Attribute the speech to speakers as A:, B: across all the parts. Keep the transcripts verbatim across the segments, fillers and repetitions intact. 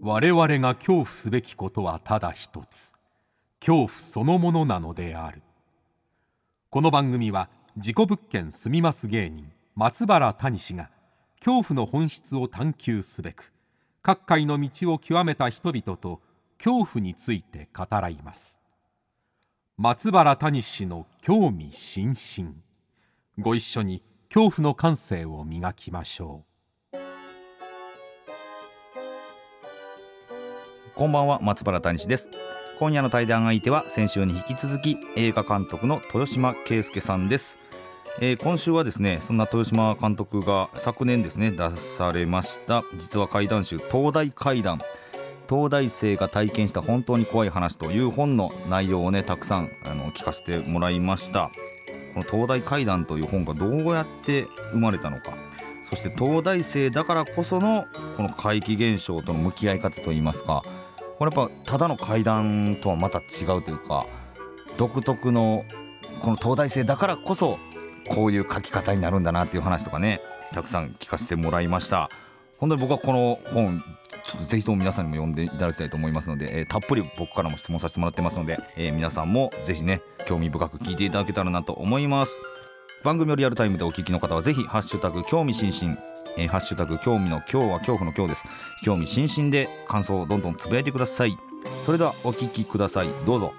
A: 我々が恐怖すべきことはただ一つ、恐怖そのものなのである。この番組は事故物件住みます芸人松原谷氏が恐怖の本質を探求すべく各界の道を極めた人々と恐怖について語らいます。松原谷氏の興味津々、ご一緒に恐怖の感性を磨きましょう。
B: こんばんは、松原谷氏です。今夜の対談相手は先週に引き続き映画監督の豊島圭介さんです。えー、今週はですね、そんな豊島監督が昨年ですね出されました実話怪談集東大怪談、東大生が体験した本当に怖い話という本の内容をねたくさんあの聞かせてもらいました。この東大怪談という本がどうやって生まれたのか、そして東大生だからこそのこの怪奇現象との向き合い方といいますか、これやっぱただの怪談とはまた違うというか、独特のこの東大生だからこそこういう書き方になるんだなっていう話とかね、たくさん聞かせてもらいました。本当に僕はこの本ちょっとぜひとも皆さんにも読んでいただきたいと思いますので、えー、たっぷり僕からも質問させてもらってますので、えー、皆さんもぜひね興味深く聞いていただけたらなと思います。番組をリアルタイムでお聞きの方はぜひハッシュタグ興味津々、えー、ハッシュタグ興味の今日は恐怖の今日です。興味津々で感想をどんどんつぶやいてください。それではお聞きください、どうぞ。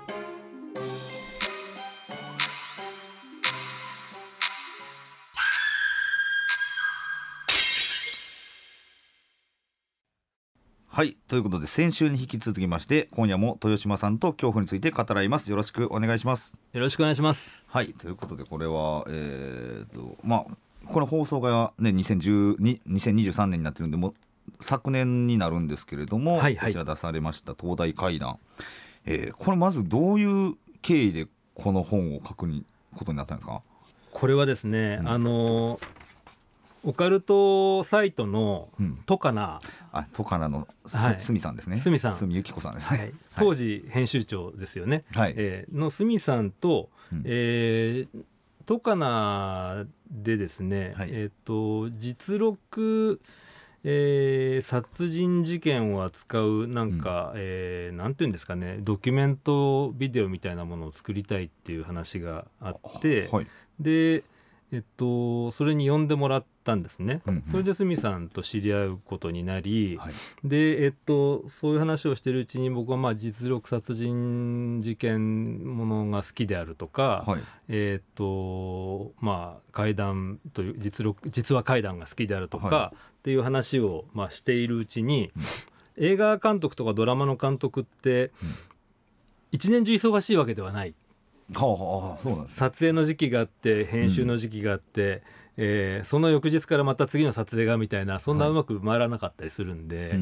B: はい、ということで先週に引き続きまして今夜も豊島さんと恐怖について語らいます。よろしくお願いします。
C: よろしくお願いします。
B: はい、ということでこれはえーとまあこれ放送がねにせんにじゅうに にせんにじゅうさんねんになってるんでもう昨年になるんですけれども、はいはい、こちら出されました東大怪談、えー、これまずどういう経緯でこの本を書くことになったんですか？
C: これはですね、うん、あのオカルトサイトのトカナ、
B: うん、あトカナのすみさんですね。
C: すみさん、
B: すみゆきこさんですね、はい、
C: 当時編集長ですよね、はい、えー、のすみさんと、うん、えー、トカナでですね、はい、えー、と実録、えー、殺人事件を扱うなんか、うん、えー、なんていうんですかね、ドキュメントビデオみたいなものを作りたいっていう話があって、はい、でえっと、それに呼んでもらったんですね、うんうん、それで鷲見さんと知り合うことになり、はい、で、えっと、そういう話をしているうちに僕はまあ実録殺人事件ものが好きであるとか、はい、えっとまあ、怪談という 実, 録実話怪談が好きであるとか、はい、っていう話をまあしているうちに、うん、映画監督とかドラマの監督って一年中忙しいわけではない。
B: はあはあ、そうなんですね。
C: 撮影の時期があって編集の時期があって、うん、えー、その翌日からまた次の撮影がみたいな、そんなうまく回らなかったりするんで、はい、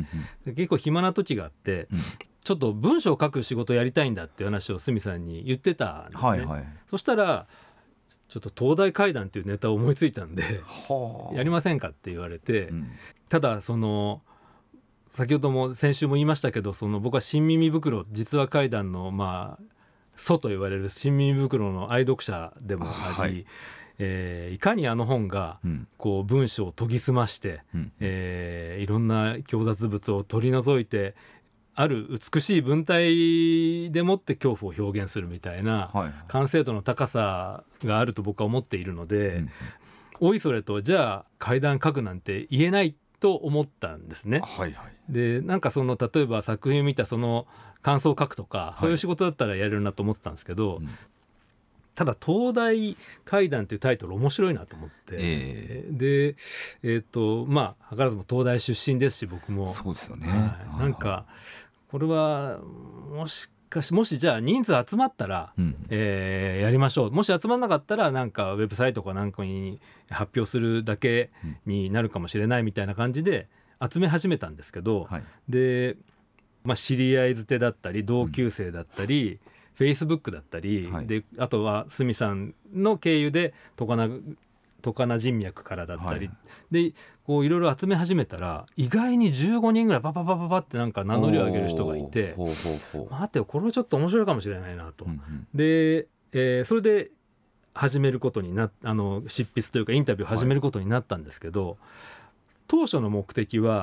C: 結構暇な時があって、うん、ちょっと文章を書く仕事やりたいんだっていう話を鷲見さんに言ってたんですね、はいはい、そしたらちょっと東大怪談っていうネタを思いついたんで、はあ、やりませんかって言われて、うん、ただその先ほども先週も言いましたけど、その僕は新耳袋実話怪談のまあ祖と言われる新耳袋の愛読者でもあり、はい、えー、いかにあの本がこう文章を研ぎ澄まして、うん、えー、いろんな強雑物を取り除いてある美しい文体でもって恐怖を表現するみたいな完成度の高さがあると僕は思っているので、うん、おいそれとじゃあ怪談書くなんて言えないと思ったんですね、はいはい、でなんかその例えば作品を見たその感想を書くとか、そういう仕事だったらやれるなと思ってたんですけど、はい、ただ東大怪談というタイトル面白いなと思って、えー、で、えーとまあ図らずも東大出身ですし僕も
B: そうですよね、
C: はい、なんかこれはもしかしもしじゃあ人数集まったら、うん、えー、やりましょう、もし集まらなかったらなんかウェブサイトかなんかに発表するだけになるかもしれないみたいな感じで集め始めたんですけど、はい、でまあ、知り合いづてだったり同級生だったり、うん、Facebook だったり、はい、であとは鷲見さんの経由でトカナトカナ人脈からだったり、はい、でこういろいろ集め始めたら意外にじゅうごにんぐらいパパパパパってなんか名乗りを上げる人がいて、ほうほうほう、待ってよこれはちょっと面白いかもしれないなと、うんうん、で、えー、それで始めることになあの執筆というかインタビューを始めることになったんですけど、はい、当初の目的は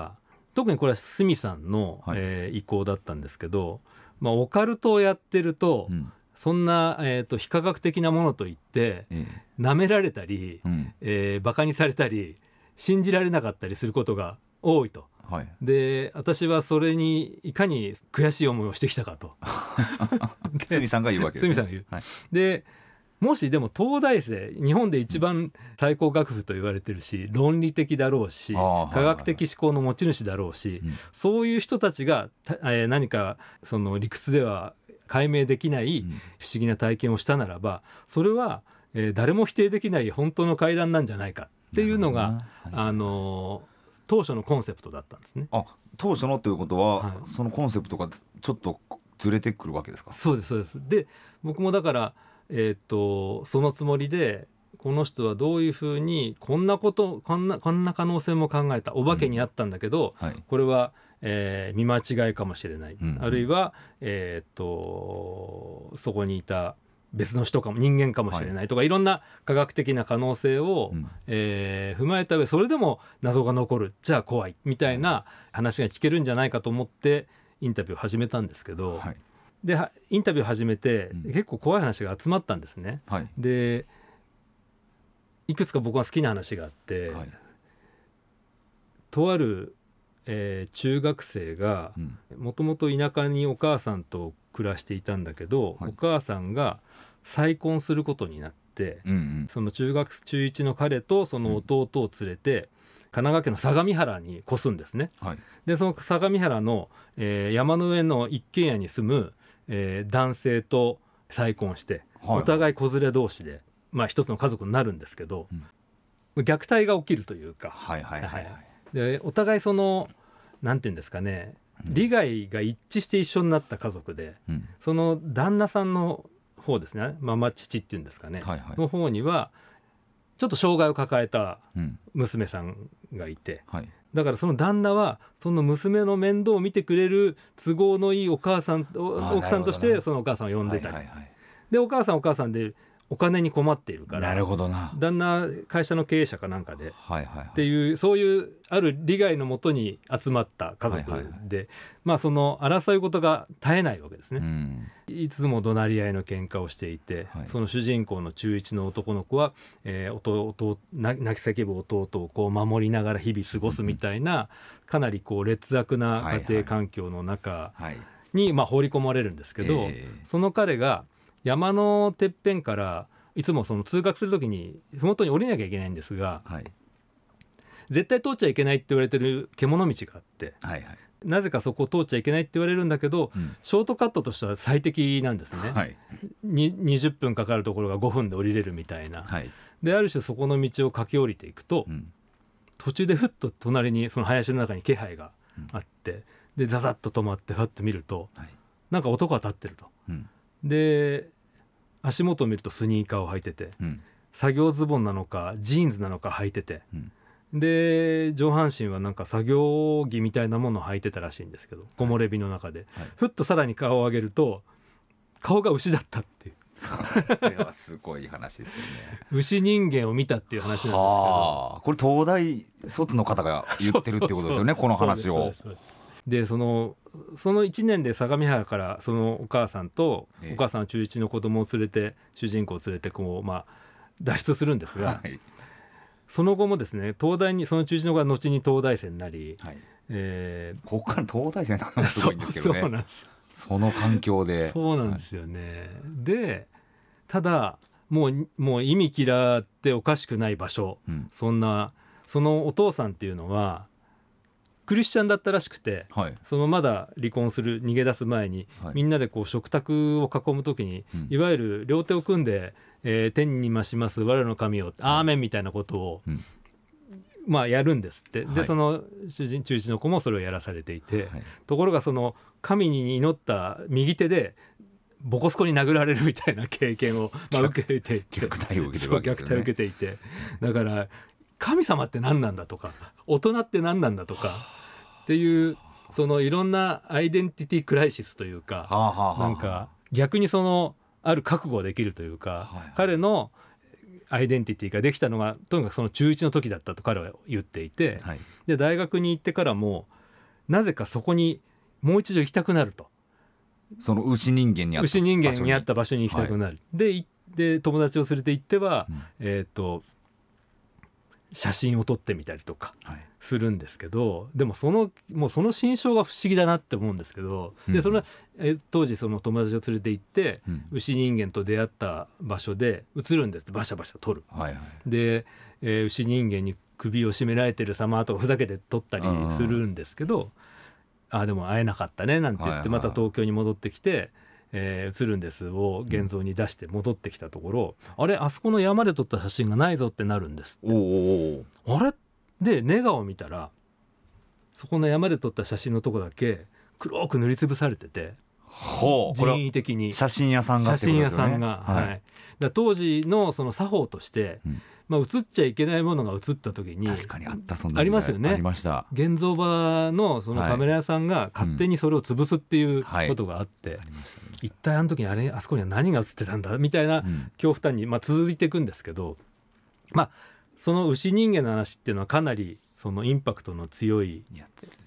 C: 特にこれは角さんの、
B: はい
C: えー意向だったんですけど、まあ、オカルトをやってると、
B: うん、
C: そんな、えーと非科学的なものといって
B: え
C: 舐められたり、
B: えうん
C: えーバカにされたり信じられなかったりすることが多いと。
B: はい、
C: で私はそれにいかに悔しい思いをしてきたかと
B: 角さんが言うわけですね。
C: 角さんが言う、
B: はい、
C: でもしでも東大生日本で一番最高学府と言われてるし論理的だろうし
B: あー
C: 科学的思考の持ち主だろうし、
B: うん
C: そういう人たちが、たえー何かその理屈では解明できない
B: うん
C: 不思議な体験をしたならばそれは、えー誰も否定できない本当の怪談なんじゃないかっていうのが、
B: なるほどなはい
C: あのー当初のコンセプトだったんですね。
B: あ当初のということは、
C: はい
B: そのコンセプトがちょっとずれてくるわけですか。
C: そうですそうです。で僕もだから、えー、とそのつもりでこの人はどういうふうにこんなことこんなこんな可能性も考えたお化けにあったんだけど、
B: はい、
C: これは、えー見間違いかもしれない、
B: うん
C: あるいは、えー、とそこにいた別の人かも人間かもしれないとか、い、ろんな科学的な可能性を、
B: うん
C: えー踏まえた上それでも謎が残るじゃあ怖いみたいな話が聞けるんじゃないかと思ってインタビューを始めたんですけど、
B: はい
C: ではインタビューを始めて、
B: うん
C: 結構怖い話が集まったんですね。
B: はい
C: でいくつか僕が好きな話があって、
B: はい
C: とある、えー中学生が
B: うん
C: もともと田舎にお母さんと暮らしていたんだけど、
B: はい
C: お母さんが再婚することになって、
B: うんうん
C: その中学中いちの彼とその弟を連れて、神奈川県の相模原に越すんですね。
B: はい
C: でその相模原の、えー山の上の一軒家に住む、えー男性と再婚して、
B: はい
C: お互い子連れ同士で、まあ、一つの家族になるんですけど、虐待が起きるというか、
B: はいはいはいはい
C: でお互いそのなんていうんですかね、
B: うん
C: 利害が一致して一緒になった家族で、
B: うん
C: その旦那さんの方ですね、ママ父っていうんですかね、
B: はいはい
C: の方にはちょっと障害を抱えた
B: うん
C: 娘さんがいて、
B: はい
C: だからその旦那はその娘の面倒を見てくれる都合のいいお母さんお
B: あー
C: 奥さんとし
B: なるほどな
C: てそのお母さんを呼んでたり、
B: はいはいはい
C: でお母さんお母さんでお金に困っているから、
B: なるほどな
C: 旦那会社の経営者かなんかで
B: はいはいはい
C: っていうそういうある利害のもとに集まった家族で、
B: はいはいは
C: まあその争い事が絶えないわけですね、
B: うん
C: いつも怒鳴り合いの喧嘩をしていて、
B: はい
C: その主人公の中いちの男の子は、えー弟な泣き叫ぶ弟をこう守りながら日々過ごすみたいなかなりこう劣悪な家庭環境の中
B: はい
C: にまあ放り込まれるんですけど、
B: えー
C: その彼が山のてっぺんからいつもその通学するときに麓に降りなきゃいけないんですが、
B: はい
C: 絶対通っちゃいけないって言われてる獣道があって、
B: はいはい
C: なぜかそこを通っちゃいけないって言われるんだけど、
B: うん
C: ショートカットとしては最適なんですね、
B: はい
C: ににじゅっぷんかかるところがごふんで降りれるみたいな、
B: はい
C: である種そこの道を駆け下りていくと、
B: うん
C: 途中でふっと隣にその林の中に気配があって、でザザッと止まってふっと見ると
B: はい
C: なんか男が立ってると。
B: うん
C: で足元を見るとスニーカーを履いてて、
B: うん
C: 作業ズボンなのかジーンズなのか履いてて、
B: うん
C: で上半身はなんか作業着みたいなものを履いてたらしいんですけど、木漏れ日の中で、
B: はい
C: ふっとさらに顔を上げると顔が牛だったっていう
B: これはすごい話ですよね
C: 牛人間を見たっていう話なんですけど、
B: はあこれ東大卒の方が言ってるってことですよねこの話を
C: そうですそうですでそのそのいちねんで相模原からそのお母さんと、
B: ええ
C: お母さんは中いちの子供を連れて主人公を連れてこう、まあ、脱出するんですが、
B: はい
C: その後もですね東大にその中いちの子が後に東大生になり、
B: はい
C: えー
B: ここから東大生なのがすごいんですけどね
C: そうなんです
B: その環境で
C: そうなんですよね、でただもうもう意味嫌っておかしくない場所、
B: うん
C: そんなそのお父さんっていうのはクリスチャンだったらしくて、
B: はい
C: そのまだ離婚する逃げ出す前に、
B: はい
C: みんなでこう食卓を囲む時に、
B: うん
C: いわゆる両手を組んで、えー天に増します我らの神をアーメンみたいなことを、
B: うん
C: まあ、やるんですって。で、
B: はい
C: その主人中一の子もそれをやらされていて、
B: はい
C: ところがその神に祈った右手でボコスコに殴られるみたいな経験を、まあ、受けていて
B: 虐待を受けて
C: そう
B: るわけですよね
C: 虐待を受けていて、だから神様って何なんだとか大人って何なんだとかっていうそのいろんなアイデンティティクライシスというか、
B: はあはあはあ
C: なんか逆にそのある覚悟ができるというか、
B: はいはい
C: 彼のアイデンティティができたのがとにかくその中いちの時だったと彼は言っていて、
B: はい
C: で大学に行ってからもなぜかそこにもう一度行きたくなると。
B: その牛人間にあった
C: 牛人間にあった場所に行きたくなる、はい、で, で友達を連れて行っては、うんえー、と写真を撮ってみたりとかするんですけど、はい、でもそのもうその心象が不思議だなって思うんですけど、うん、でそのえ当時その友達を連れて行って、うん、牛人間と出会った場所で映るんです。バシャバシャ撮る、はいはい、で、えー、牛人間に首を絞められてる様とかふざけて撮ったりするんですけど、あでも会えなかったねなんて言ってまた東京に戻ってきて、えー、映るんですを現像に出して戻ってきたところ、うん、あれあそこの山で撮った写真がないぞってなるんです。おーあれでネガを見たらそこの山で撮った写真のとこだけ黒く塗りつぶされてて、
B: ほう
C: 人為的に
B: 写真屋さんがってことですよね。
C: 写真屋さんが、はいはい、だ当時のその作法として、うんまあ、映っちゃいけないものが映った時に
B: 確かにあったそんな
C: ありますよね。
B: ありました。
C: 現像場 の, そのカメラ屋さんが勝手にそれを潰すっていうことがあって、
B: はいうんはい、
C: 一体あの時にあれあそこには何が映ってたんだみたいな恐怖感に、まあ、続いていくんですけど、まあ、その牛人間の話っていうのはかなりそのインパクトの強いエ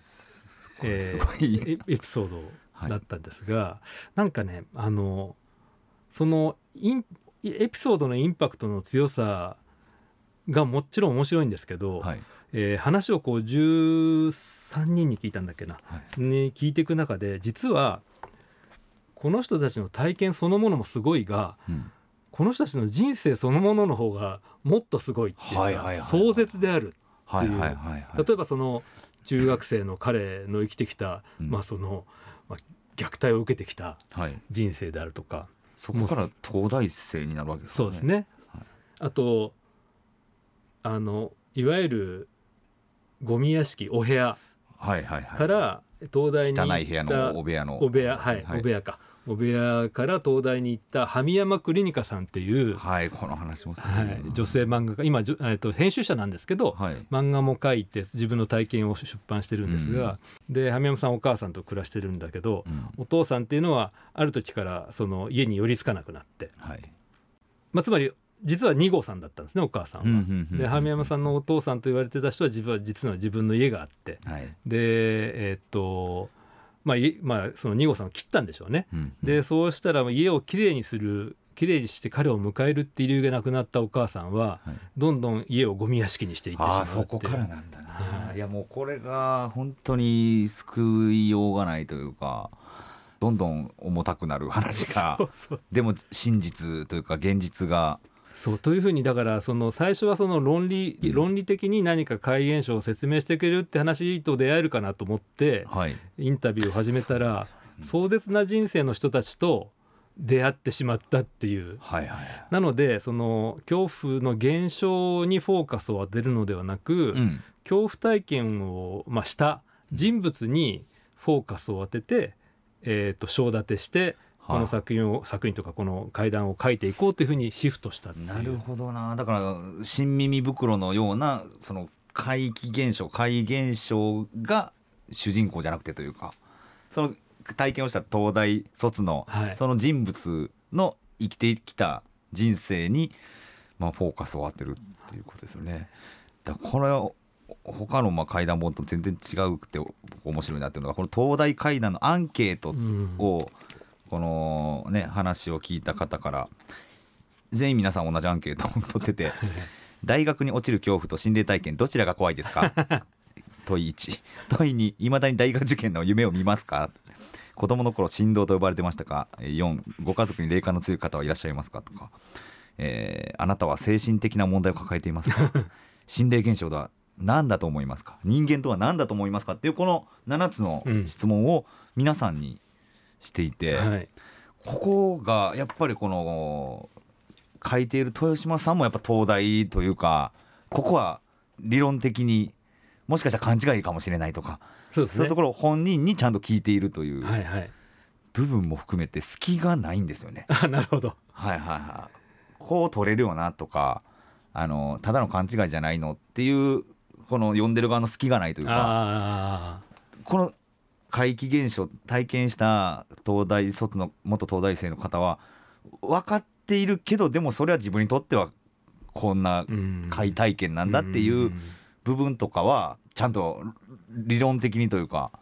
C: ピソードだったんですが、はい、なんかねあのそのインエピソードのインパクトの強さがもちろん面白いんですけど、はいえー、話をこうじゅうさんにんに聞いたんだっけな、はい、ね、聞いていく中で実はこの人たちの体験そのものもすごいが、うん、この人たちの人生そのものの方がもっとすごいっていうか、はいはいはいはい、壮絶であるっていう、はいはいはいはい、例えばその中学生の彼の生きてきた、うんまあそのまあ、虐待を受けてきた人生であるとか、はい、
B: そこから東大生になるわけですね。
C: そうですね、はい、あとあのいわゆるゴミ屋敷お部屋から東大に行った、
B: 汚い部屋のお部屋の
C: お部屋、はい、はい、お部屋かお部屋から東大に行った萩山クリニカさんっていう、
B: はい、この話も、
C: はい、女性漫画家今、えっと、編集者なんですけど、はい、漫画も書いて自分の体験を出版してるんですが、うん、で萩山さんお母さんと暮らしてるんだけど、うん、お父さんっていうのはある時からその家に寄りつかなくなって、はいまあ、つまり実はに号さんだったんですねお母さんは、うんうんうんうん、で萩山さんのお父さんと言われてた人は自分は実は自分の家があって、はい、でえー、っとまあまあ、そのに号さんを切ったんでしょうね、うんうん、でそうしたら家をきれいにするきれいにして彼を迎えるっていう理由がなくなったお母さんは、はい、どんどん家をゴミ屋敷にしていってしまうっていう。
B: あそこからなんだな、はい、いやもうこれが本当に救いようがないというかどんどん重たくなる話がそうそうでも真実というか現実が
C: そうというふうにだからその最初はその論理、うん、論理的に何か怪現象を説明してくれるって話と出会えるかなと思って、はい、インタビューを始めたら壮絶な人生の人たちと出会ってしまったっていう、はいはい、なのでその恐怖の現象にフォーカスを当てるのではなく、うん、恐怖体験を、まあ、した人物にフォーカスを当てて、えーと、章立てしてこの作品を、はあ、作品とかこの怪談を書いていこうというふうにシフトしたっていう。
B: なるほどな。だから新耳袋のようなその怪奇現象怪現象が主人公じゃなくてというかその体験をした東大卒の、はい、その人物の生きてきた人生に、まあ、フォーカスを当てるっていうことですよね。だからこれは他のまあ怪談本と全然違うくて面白いなっていうのがこの東大怪談のアンケートを、うんこのね話を聞いた方から全員皆さん同じアンケートを取ってて大学に落ちる恐怖と心霊体験どちらが怖いですか問いいち問いに未だに大学受験の夢を見ますか子供の頃神童と呼ばれてましたかよんご家族に霊感の強い方はいらっしゃいますかとか、えー、あなたは精神的な問題を抱えていますか心霊現象とは何だと思いますか人間とは何だと思いますかっていうこのななつの質問を皆さんにしていて、うんはい、ここがやっぱりこの書いている豊島さんもやっぱ東大というかここは理論的にもしかしたら勘違いかもしれないとかそうですね、そういうところを本人にちゃんと聞いているという部分も含めて隙がないんですよね。
C: あなるほど、
B: はいはいはい、こう取れるよなとかあのただの勘違いじゃないのっていうこの読んでる側の隙がないというかあこの怪奇現象体験した東大卒の元東大生の方は分かっているけどでもそれは自分にとってはこんな怪体験なんだっていう部分とかはちゃんと理論的にというか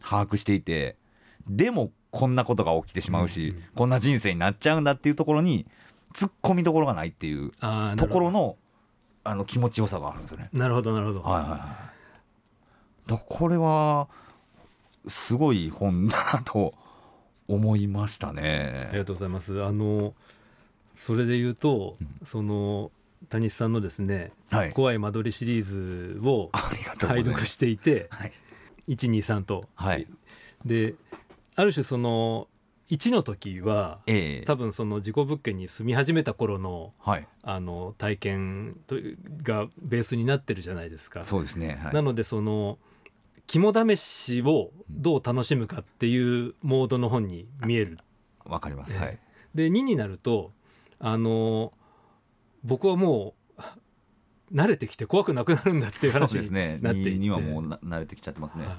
B: 把握していて、でもこんなことが起きてしまうし、うんうん、こんな人生になっちゃうんだっていうところに突っ込みどころがないっていうところのあの気持ちよさがあるんですよね。
C: なるほどなるほど、
B: はいはいはい、だこれはすごい本だなと思いましたね。
C: ありがとうございます。あのそれで言うと、うん、その谷さんのですね、はい、怖い間取りシリーズを拝読していて、はい、いちにさんと、はい、である種そのいちの時は、えー、多分その事故物件に住み始めた頃の、はい、あの体験とがベースになってるじゃないですか。
B: そうですね、はい、
C: なのでその肝試しをどう楽しむかっていうモードの本に見える。
B: わかります、はい、
C: でにになるとあの僕はもう慣れてきて怖くなくなるんだっていう話になっていて、そうですね、に, にはもう慣れてきちゃってますね、はい、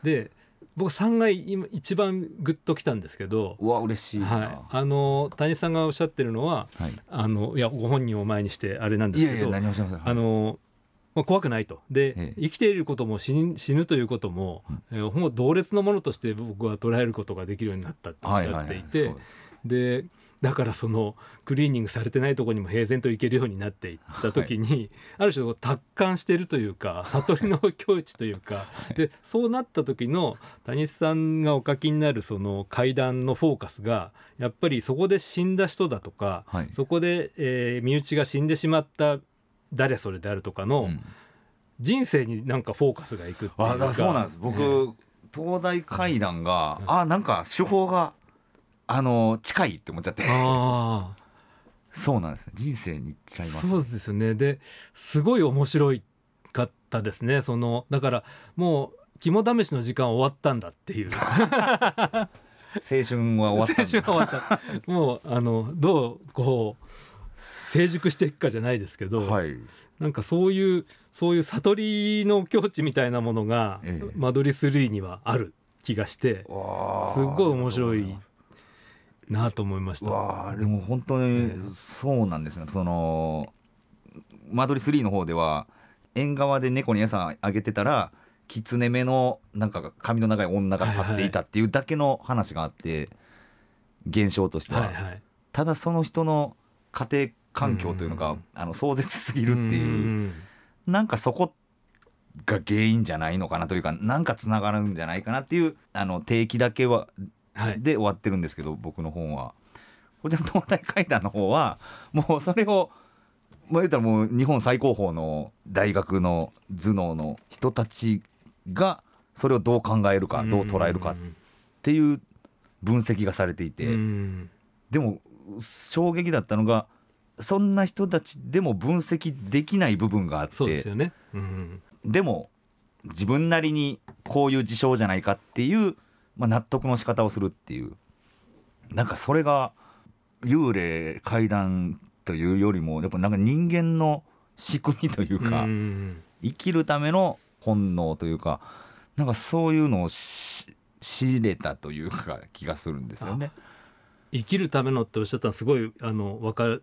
C: で僕さんが今一番グッときたんですけど、
B: うわ嬉しいな、はい、
C: あの谷さんがおっしゃってるのは、はい、あのいやご本人を前にしてあれなんですけど、いやいや何もしません、はい、あのまあ、怖くないと。で、ええ、生きていることも 死, に死ぬということも、うん、えー、もう同列のものとして僕は捉えることができるようになったっておっしゃっていて、はいはいはい、でだからそのクリーニングされてないところにも平然と行けるようになっていった時に、はい、ある種達観してるというか悟りの境地というか、はい、でそうなった時の谷さんがお書きになるその階段のフォーカスがやっぱりそこで死んだ人だとか、はい、そこで、えー、身内が死んでしまった誰それであるとかの人生になんかフォーカスがいくっていうか、
B: あ、そうなんです。僕、ね、東大階段が、うん、あなんか手法があの近いって思っちゃって、あそうなんです、人生にいっちゃいます。
C: そうですよね。ですごい面白かったですね。そのだからもう肝試しの時間終わったんだっていう青春
B: は終わったんだ青春は終わ
C: ったもうあのどうこう成熟していくかじゃないですけど、はい、なんかそういうそういう悟りの境地みたいなものが、ええ、間取りスリーにはある気がしてすごい面白いなと思いました。
B: わでも本当にそうなんですね。その間取りスリーの方では縁側で猫に餌あげてたら狐目のなんか髪の長い女が立っていたっていうだけの話があって、はいはい、現象としては、はいはい、ただその人の家庭環境というのが、うん、あの壮絶すぎるっていう、うん、なんかそこが原因じゃないのかなというか、なんかつながるんじゃないかなっていうあの定期だけは、はい、で終わってるんですけど、僕の本はこちらの東大階段の方はもうそれをまあ、言ったらもう日本最高峰の大学の頭脳の人たちがそれをどう考えるかどう捉えるかっていう分析がされていて、でも衝撃だったのがそんな人たちでも分析できない部分があって、
C: そうですよね、うん、
B: でも自分なりにこういう事象じゃないかっていう、まあ、納得の仕方をするっていう、なんかそれが幽霊怪談というよりもやっぱなんか人間の仕組みというか、うん、生きるための本能というか、なんかそういうのを知れたというか気がするんですよね。
C: 生きるためのっておっしゃったのすごいあの分かって、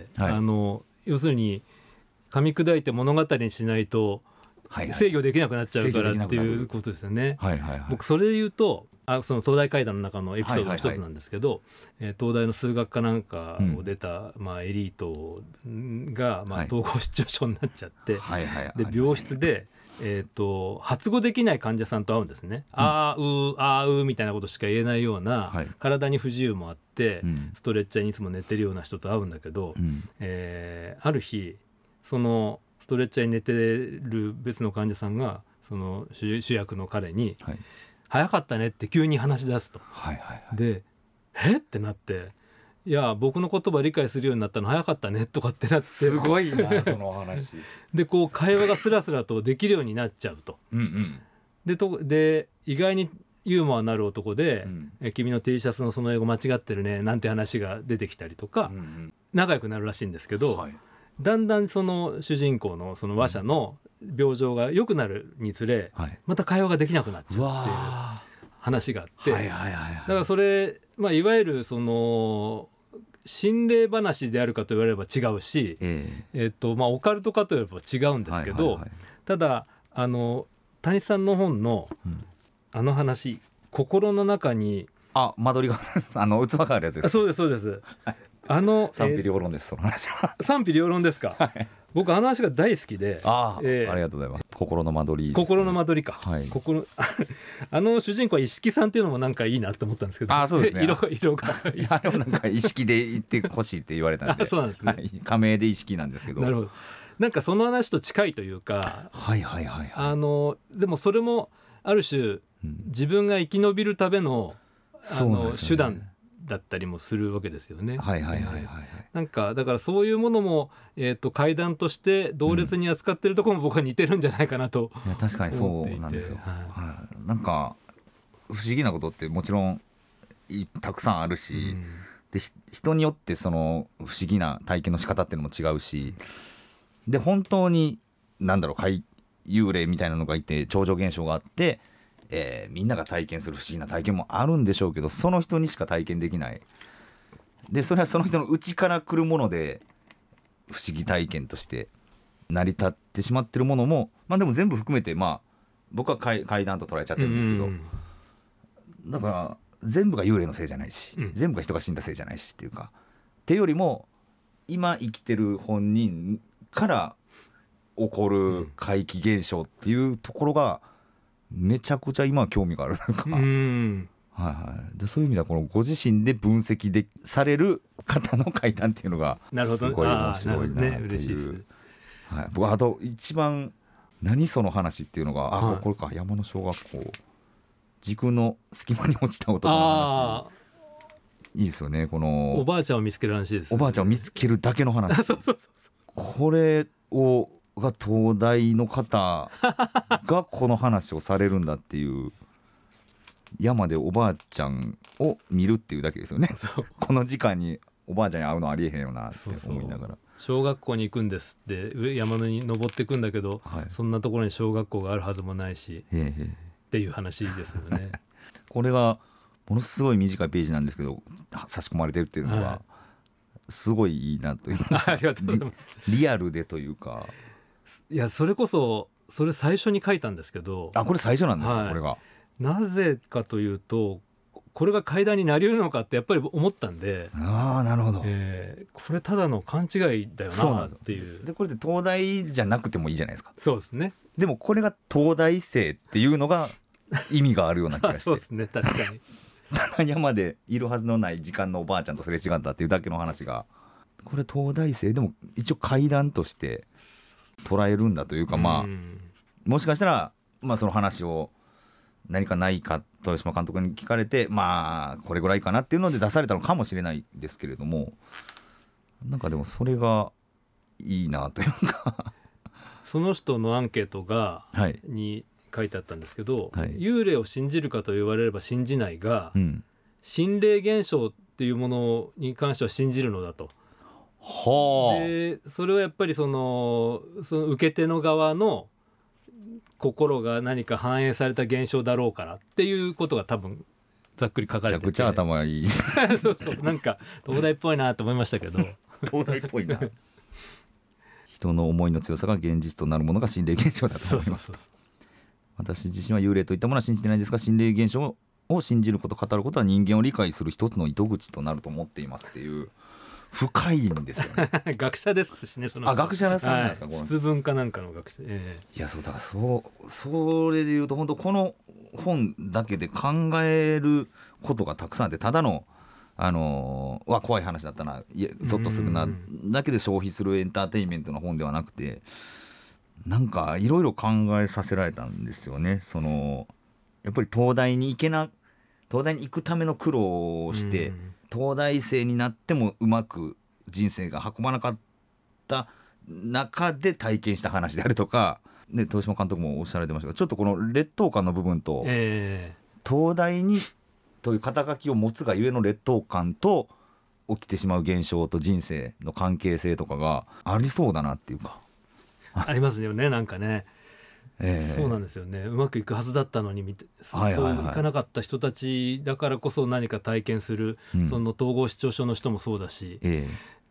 C: はい、あの要するに噛み砕いて物語にしないと制御できなくなっちゃうからっていうことですよね。はいはいはい、僕それで言うとあその東大怪談の中のエピソードの一つなんですけど、はいはいはい、東大の数学科なんかを出た、うんまあ、エリートが、まあ、統合失調症になっちゃって、はいはいはい、で病室で、えー、と発語できない患者さんと会うんですね、うん、あーうーあーうーみたいなことしか言えないような、はい、体に不自由もあって、うん、ストレッチャーにいつも寝てるような人と会うんだけど、うんえー、ある日そのストレッチャーに寝てる別の患者さんがその主役の彼に、はい早かったねって急に話し出すと、はいはいはい、でえってなって、いや僕の言葉理解するようになったの早かったねとかってなって、
B: すごいなその話
C: でこう会話がスラスラとできるようになっちゃうと、うん、うん、で, とで意外にユーモアのある男で、うん、え君の T シャツのその英語間違ってるねなんて話が出てきたりとか、うんうん、仲良くなるらしいんですけど、はい、だんだんその主人公のその話者の病状が良くなるにつれ、はい、また会話ができなくなっちゃうっていう話があって、はいはいはいはい、だからそれ、まあ、いわゆるその心霊話であるかと言われれば違うし、えーえーとまあ、オカルトかと言われば違うんですけど、はいはいはい、ただあの谷さんの本のあの話心の中に
B: あ間取りがあの器があるやつです。
C: あそうですそうです、はい、あの
B: 賛否両論です、その話は。
C: 賛否両論ですか、はい、僕あの話が大好きで、
B: あ、えー、ありがとうございます。心の間取り、ね、
C: 心の間取りか、
B: はい、
C: 心あの主人公は一色さんっていうのもなんかいいなって思ったんですけど、
B: あそうですね、
C: 色色が
B: あれもなんか意識で言ってほしいって言われたんで
C: そうなんですね、
B: はい、仮名で意識なんですけど。
C: なるほど、なんかその話と近いというか、
B: はいはいはい、はい、
C: あのでもそれもある種、うん、自分が生き延びるためのあの、ね、手段だったりもするわけですよね。
B: はいはいはいはい、
C: なんかだからそういうものも、えーと、怪談として同列に扱ってるところも僕は似てるんじゃないかなと、
B: うん、いや確かにそうなんですよ、はいはい、なんか不思議なことってもちろんたくさんあるし、うん、で人によってその不思議な体験の仕方っていうのも違うし、で本当になんだろう怪幽霊みたいなのがいて超常現象があって、えー、みんなが体験する不思議な体験もあるんでしょうけど、その人にしか体験できない。でそれはその人の内から来るもので不思議体験として成り立ってしまってるものも、まあでも全部含めて、まあ僕は怪談と捉えちゃってるんですけど、うんうん、だから全部が幽霊のせいじゃないし、うん、全部が人が死んだせいじゃないしっていうか、っていうよりも今生きてる本人から起こる怪奇現象っていうところがめちゃくちゃ今は興味があるというか、うんはいはい、でそういう意味ではこのご自身で分析でされる方の怪談っていうのがすごい面白いなという、ね、嬉しいです、はい、僕あと一番何その話っていうのが、あ、はい、これか山の小学校軸の隙間に落ちた男の話、いいですよね。この
C: おばあちゃんを見つける話です、ね、
B: おばあちゃんを見つけるだけの話
C: そうそうそうそう、
B: これをが東大の方がこの話をされるんだっていう山でおばあちゃんを見るっていうだけですよね。そうこの時間におばあちゃんに会うのありえへんよなって思いながら、そうそう
C: 小学校に行くんですって上山に登っていくんだけど、はい、そんなところに小学校があるはずもないしへへっていう話ですよね
B: これがものすごい短いページなんですけど差し込まれてるっていうのは、はい、すごいいいなという
C: ありがとうございます
B: リ, リアルでというか、
C: いやそれこそそれ最初に書いたんですけど、
B: あこれ最初なんですか、はい、これが
C: なぜかというとこれが怪談になり得るのかってやっぱり思ったんで、
B: ああなるほど、
C: えー、これただの勘違いだよなっていう。
B: でこれで東大じゃなくてもいいじゃないですか。
C: そうですね。
B: でもこれが東大生っていうのが意味があるような気がして
C: そうですね確かに
B: ただ山でいるはずのない時間のおばあちゃんとすれ違ったっていうだけの話が、これ東大生でも一応怪談として捉えるんだというか、まあもしかしたら、まあ、その話を何かないか豊島監督に聞かれて、まあこれぐらいかなっていうので出されたのかもしれないですけれども、なんかでもそれがいいなというか
C: その人のアンケートが、はい、に書いてあったんですけど、はい、幽霊を信じるかと言われれば信じないが、うん、心霊現象っていうものに関しては信じるのだと。はあ、でそれはやっぱりその、その受け手の側の心が何か反映された現象だろうからっていうことが多分ざっくり書かれてて、
B: めちゃくちゃ頭いい
C: そうそうなんか東大っぽいなと思いましたけど
B: 東大っぽいな人の思いの強さが現実となるものが心霊現象だと思いますと。私自身は幽霊といったものは信じてないですが、心霊現象を信じること語ることは人間を理解する一つの糸口となると思っていますっていう深いんですよね
C: 学者ですしね、その
B: あ学者さんなんですか、
C: はい、質文かなんかの学者、えー、
B: いやそうだからそうそれでいうと本当この本だけで考えることがたくさんあって、ただのあのー、わ怖い話だったな、いやゾッとするなだけで消費するエンターテインメントの本ではなくて、なんかいろいろ考えさせられたんですよね。そのやっぱり東大に行けな東大に行くための苦労をして、東大生になってもうまく人生が運ばなかった中で体験した話であるとか、で豊島監督もおっしゃられてましたが、ちょっとこの劣等感の部分と、えー、東大にという肩書きを持つがゆえの劣等感と起きてしまう現象と人生の関係性とかがありそうだなっていうか
C: ありますよね、なんかね、えー、そうなんですよね。うまくいくはずだったのにみたいな、はいはいはい、そういかなかった人たちだからこそ何か体験する、うん、その統合失調症の人もそうだし、えー、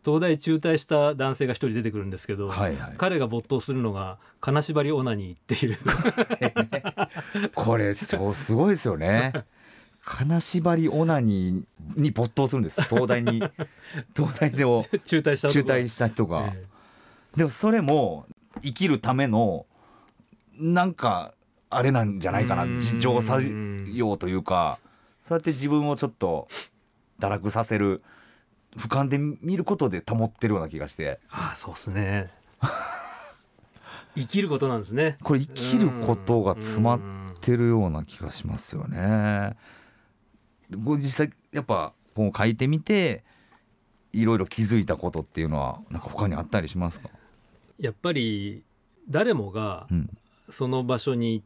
C: 東大中退した男性が一人出てくるんですけど、
B: はいはい、
C: 彼が没頭するのが金縛りオナニーっていう
B: これそうすごいですよね。金縛りオナニーに没頭するんです。東大に東大でも
C: 中退した
B: 中退した人が、ええ、でもそれも生きるためのなんかあれなんじゃないかな、自浄作用というか、そうやって自分をちょっと堕落させる、俯瞰で見ることで保ってるような気がして。
C: ああ、そうですね生きることなんですね。
B: これ生きることが詰まってるような気がしますよね。ご実際やっぱ本を書いてみていろいろ気づいたことっていうのはなんか他にあったりしますか？
C: やっぱり誰もがその場所に行って、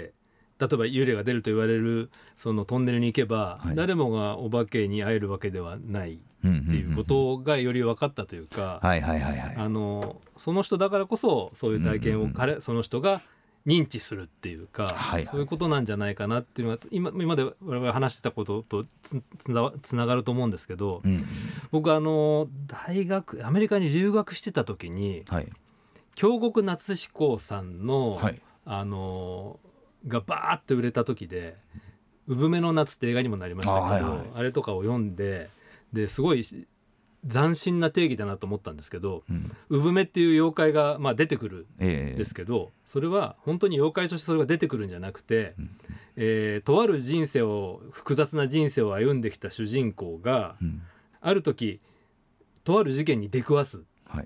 C: うん、例えば幽霊が出ると言われるそのトンネルに行けば、はい、誰もがお化けに会えるわけではないっていうことがより分かったというか、その人だからこそそういう体験を彼、うんうん、その人が認知するっていうか、はいはい、そういうことなんじゃないかなっていうのが 今, 今まで我々話してたことと つ, つ, なつながると思うんですけど、うん、僕あの大学アメリカに留学してた時に、はい、京極夏彦さん の,、はい、あのがバーって売れた時で産めの夏って映画にもなりましたけど あ,、はいはい、あれとかを読んでですごい斬新な定義だなと思ったんですけど、うん、産めっていう妖怪が、まあ、出てくるんですけど、えー、それは本当に妖怪としてそれが出てくるんじゃなくて、うんえー、とある人生を複雑な人生を歩んできた主人公が、うん、ある時とある事件に出くわす、はい、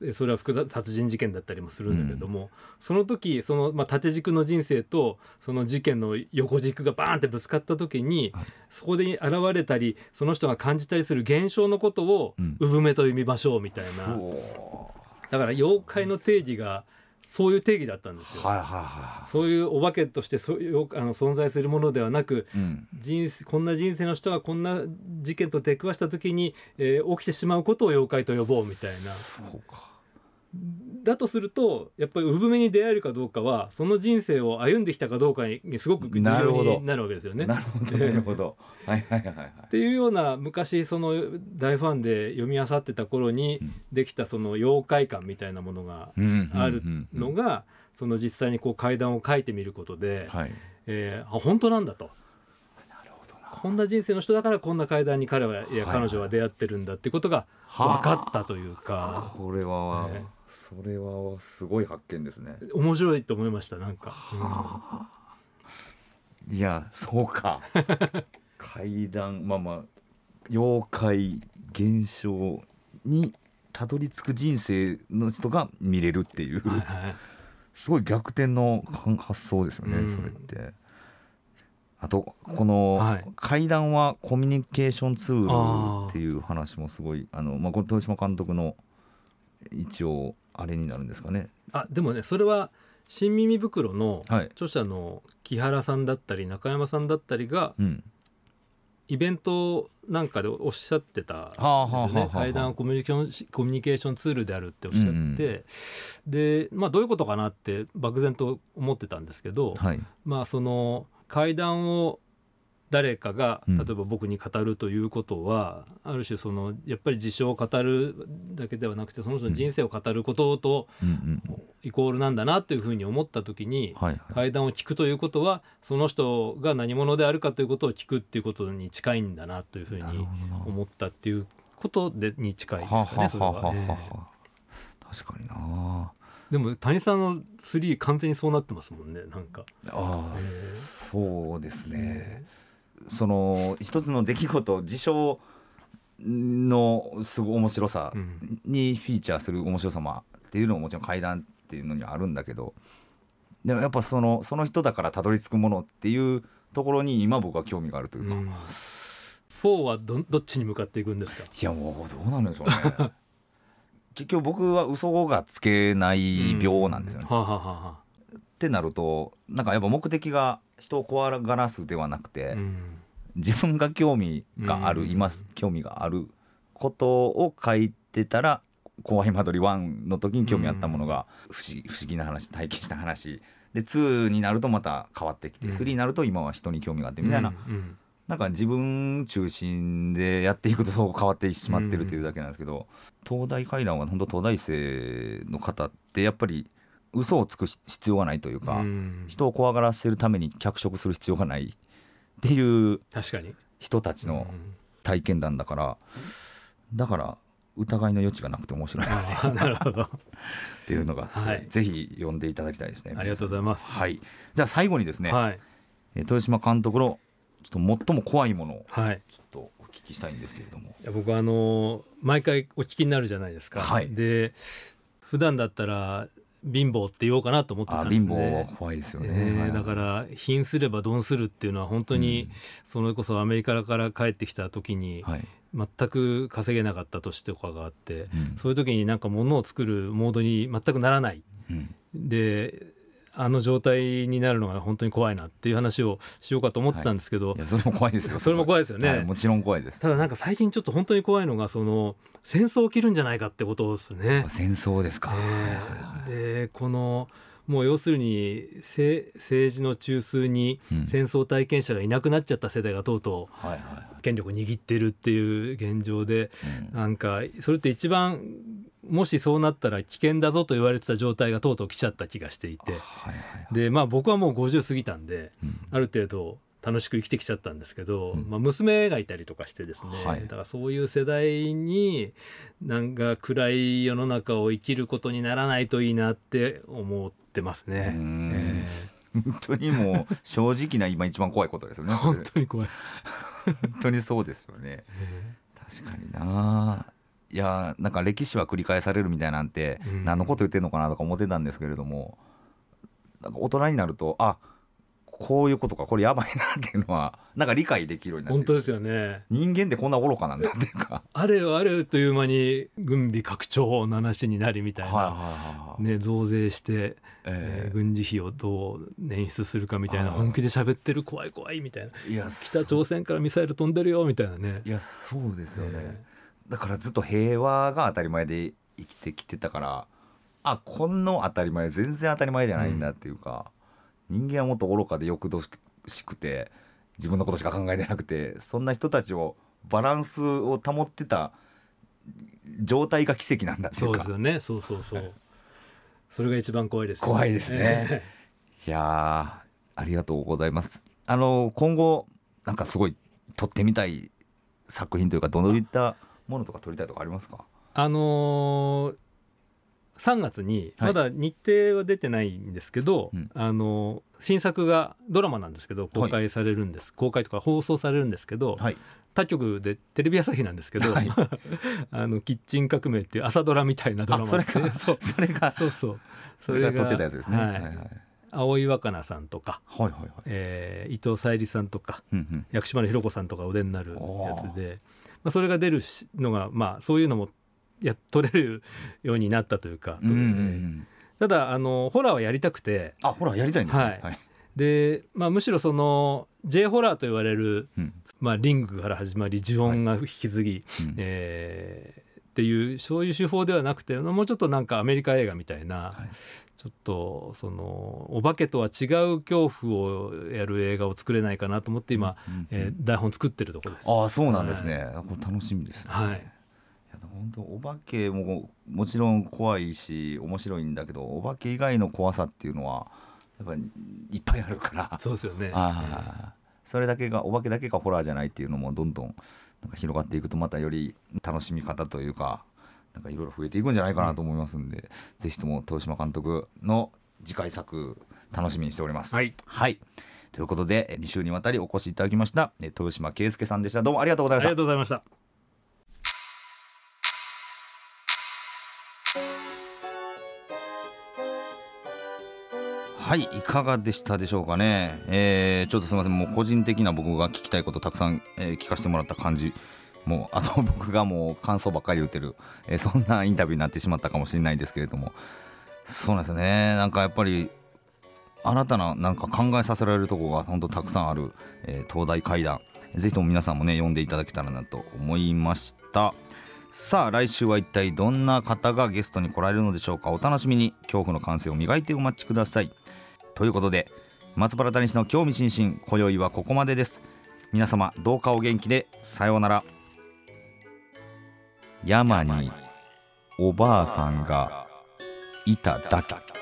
C: それは複雑殺人事件だったりもするんだけども、うん、その時その、まあ、縦軸の人生とその事件の横軸がバーンってぶつかった時に、はい、そこで現れたりその人が感じたりする現象のことを産めと読みましょうみたいな、うん、だから妖怪の定義がそういう定義だったんですよ、はいはいはい、そういうお化けとしてそういうあの存在するものではなく、うん、人生こんな人生の人がこんな事件と出くわした時に、えー、起きてしまうことを妖怪と呼ぼうみたいな。そうか。だとするとやっぱり産めに出会えるかどうかはその人生を歩んできたかどうかにすごく重要になるわけですよね。
B: なるほどなるほどはいはいはいはい。
C: っていうような昔その大ファンで読み漁ってた頃にできたその妖怪感みたいなものがあるのがその実際にこう怪談を書いてみることで、はいえー、あ本当なんだと。こんな人生の人だからこんな怪談に彼はいや彼女は出会ってるんだっていうことが分かったというか、
B: これは、ね、それはすごい発見ですね。
C: 面白いと思いましたなんか、
B: うん、いやそうか怪談まあまあ妖怪現象にたどり着く人生の人が見れるっていう、はいはい、すごい逆転の発想ですよね、うん、それって。あとこの怪談はコミュニケーションツールっていう話もすごいあの、まあ、これ豊島監督の一応あれになるんですかね。
C: あでもねそれは新耳袋の著者の木原さんだったり中山さんだったりがイベントなんかでおっしゃってたんですよね。怪談はコミュニケーション、コミュニケーションツールであるっておっしゃって、うんうん、で、まあ、どういうことかなって漠然と思ってたんですけど、はい、まあその怪談を誰かが例えば僕に語るということは、うん、ある種そのやっぱり事象を語るだけではなくてその人の人生を語ることとイコールなんだなというふうに思った時に、うんうん、怪談を聞くということはその人が何者であるかということを聞くっていうことに近いんだなというふうに思ったっていうことでに近いですかね。それは、え
B: ー、確かにな。
C: でも谷さんのスリー完全にそうなってますもんねなんか。
B: あ、えー、そうですね。その一つの出来事事象のすごい面白さにフィーチャーする面白さもっていうのももちろん怪談っていうのにはあるんだけど、でもやっぱそのその人だからたどり着くものっていうところに今僕は興味があるというか、うん、フ
C: ォーは ど, どっちに向かっていくんですか。
B: いやもうどうなんでしょうね結局僕は嘘がつけない病なんですよね、うんはあはあはあ、ってなるとなんかやっぱ目的が人を怖がらすではなくて、うん、自分が興味がある、うん、今興味があることを書いてたら怖い間取りワンの時に興味あったものが不思議、不思議な話体験した話でツーになるとまた変わってきて、うん、スリーになると今は人に興味があってみたいななんか自分中心でやっていくとそう変わってしまってるというだけなんですけど、東大怪談は本当東大生の方ってやっぱり嘘をつく必要がないというか、人を怖がらせるために脚色する必要がないっていう人たちの体験談だから、だから疑いの余地がなくて面白い
C: あなるほど
B: っていうのがすごい、はい、ぜひ読んでいただきたいですね。
C: ありがとうございます。
B: はい、じゃあ最後にですね、
C: はい、
B: 豊島監督のちょっと最も怖いものをちょっとお聞きしたいんですけれども、
C: はい、いや僕はあの毎回お聞きになるじゃないですか、はい、で普段だったら貧乏って言おうかなと思ってたんですね。
B: あ、貧乏は怖いですよね、
C: えー、だから貧すれば鈍するっていうのは本当に、うん、それこそアメリカから帰ってきた時に、はい、全く稼げなかった年とかがあって、うん、そういう時になんか物を作るモードに全くならない、うん、であの状態になるのが本当に怖いなっていう話をしようかと思ってたんですけど、はい、
B: いやそれも怖いですよ
C: それも怖いですよね、
B: はい、もちろん怖いです。
C: ただなんか最近ちょっと本当に怖いのがその戦争起きるんじゃないかってことですね。
B: 戦争ですか、
C: えー、でこのもう要するに政治の中枢に戦争体験者がいなくなっちゃった世代がとうとう権力を握ってるっていう現状で、なんかそれって一番もしそうなったら危険だぞと言われてた状態がとうとう来ちゃった気がしていて、でまあ僕はもうごじゅう過ぎたんである程度楽しく生きてきちゃったんですけど、うんまあ、娘がいたりとかしてですね、はい、だからそういう世代になんか暗い世の中を生きることにならないといいなって思ってますね。うーん、
B: えー、本当にもう正直な今一番怖いことですよね
C: 本当に怖い
B: 本当にそうですよね、えー、確かにな。いやなんか歴史は繰り返されるみたいなんて、うん、何のこと言ってんのかなとか思ってたんですけれども、なんか大人になるとあこういうことかこれやばいなっていうのはなんか理解できるようになって
C: 本当ですよね。
B: 人間ってこんな愚かなんだっていうか
C: あれよあれよという間に軍備拡張の話になりみたいな、はいはいはいね、増税して、えーえー、軍事費をどう捻出するかみたいな本気で喋ってる怖い怖いみたいな、いや北朝鮮からミサイル飛んでるよみたいなね。
B: いやそうですよね、えー、だからずっと平和が当たり前で生きてきてたから、あこんの当たり前全然当たり前じゃないんだっていうか、うん、人間はもっと愚かで欲しくて自分のことしか考えてなくて、そんな人たちをバランスを保ってた状態が奇跡なんだっていうか。
C: そうですよね。そうそうそうそれが一番怖いですね。
B: 怖いですねいやありがとうございます。あの今後なんかすごい撮ってみたい作品というかどういったものとか撮りたいとかありますか？
C: あのーさんがつにまだ日程は出てないんですけど、はい、あの新作がドラマなんですけど公開されるんです、はい、公開とか放送されるんですけど、はい、他局でテレビ朝日なんですけど、はい、あのキッチン革命っていう朝ドラみたいなドラマで、
B: それがそうそれが
C: そうそう
B: それが撮ってたやつですね、はいはいはい、
C: 青井若菜さんとか、
B: はいはいはい
C: えー、伊藤沙莉さんとか、うんうん、薬師丸ひろ子さんとかお出になるやつで、まあ、それが出るのが、まあ、そういうのもや取れるようになったというか、うんうんうん、ただあのホラーはやりたくて、
B: あホラーやりたいんですね、はい
C: はい、で、まあ、むしろその J ホラーと言われる、うんまあ、リングから始まり呪音が引き継ぎ、はいうんえー、っていうそういう手法ではなくてもうちょっとなんかアメリカ映画みたいな、はい、ちょっとそのお化けとは違う恐怖をやる映画を作れないかなと思って今、うんうんうんえー、台本作ってるところです。
B: ああそうなんですね、はい、楽しみですね、
C: はい
B: 本当お化けももちろん怖いし面白いんだけど、お化け以外の怖さっていうのはやっぱりいっぱいあるから
C: そうですよね。
B: あそれだけがお化けだけがホラーじゃないっていうのもどんどんなんか広がっていくとまたより楽しみ方というかなんかいろいろ増えていくんじゃないかなと思いますんで、うん、ぜひとも豊島監督の次回作楽しみにしております。
C: はい、
B: はい、ということでに週にわたりお越しいただきました豊島圭介さんでした。どうもありがとうございました。
C: ありがとうございました。
B: はい、いかがでしたでしょうかね、えー、ちょっとすみませんもう個人的な僕が聞きたいことたくさん、えー、聞かせてもらった感じもうあと僕がもう感想ばっかり言ってる、えー、そんなインタビューになってしまったかもしれないですけれども、そうなんですよね。なんかやっぱり新たななんか考えさせられるところが本当たくさんある、えー、東大怪談、ぜひとも皆さんもね読んでいただけたらなと思いました。さあ来週は一体どんな方がゲストに来られるのでしょうか。お楽しみに。恐怖の感性を磨いてお待ちください。ということで松原谷氏の興味津々、今宵はここまでです。 皆様どうかお元気で。さようなら。山におばあさんがいただけ。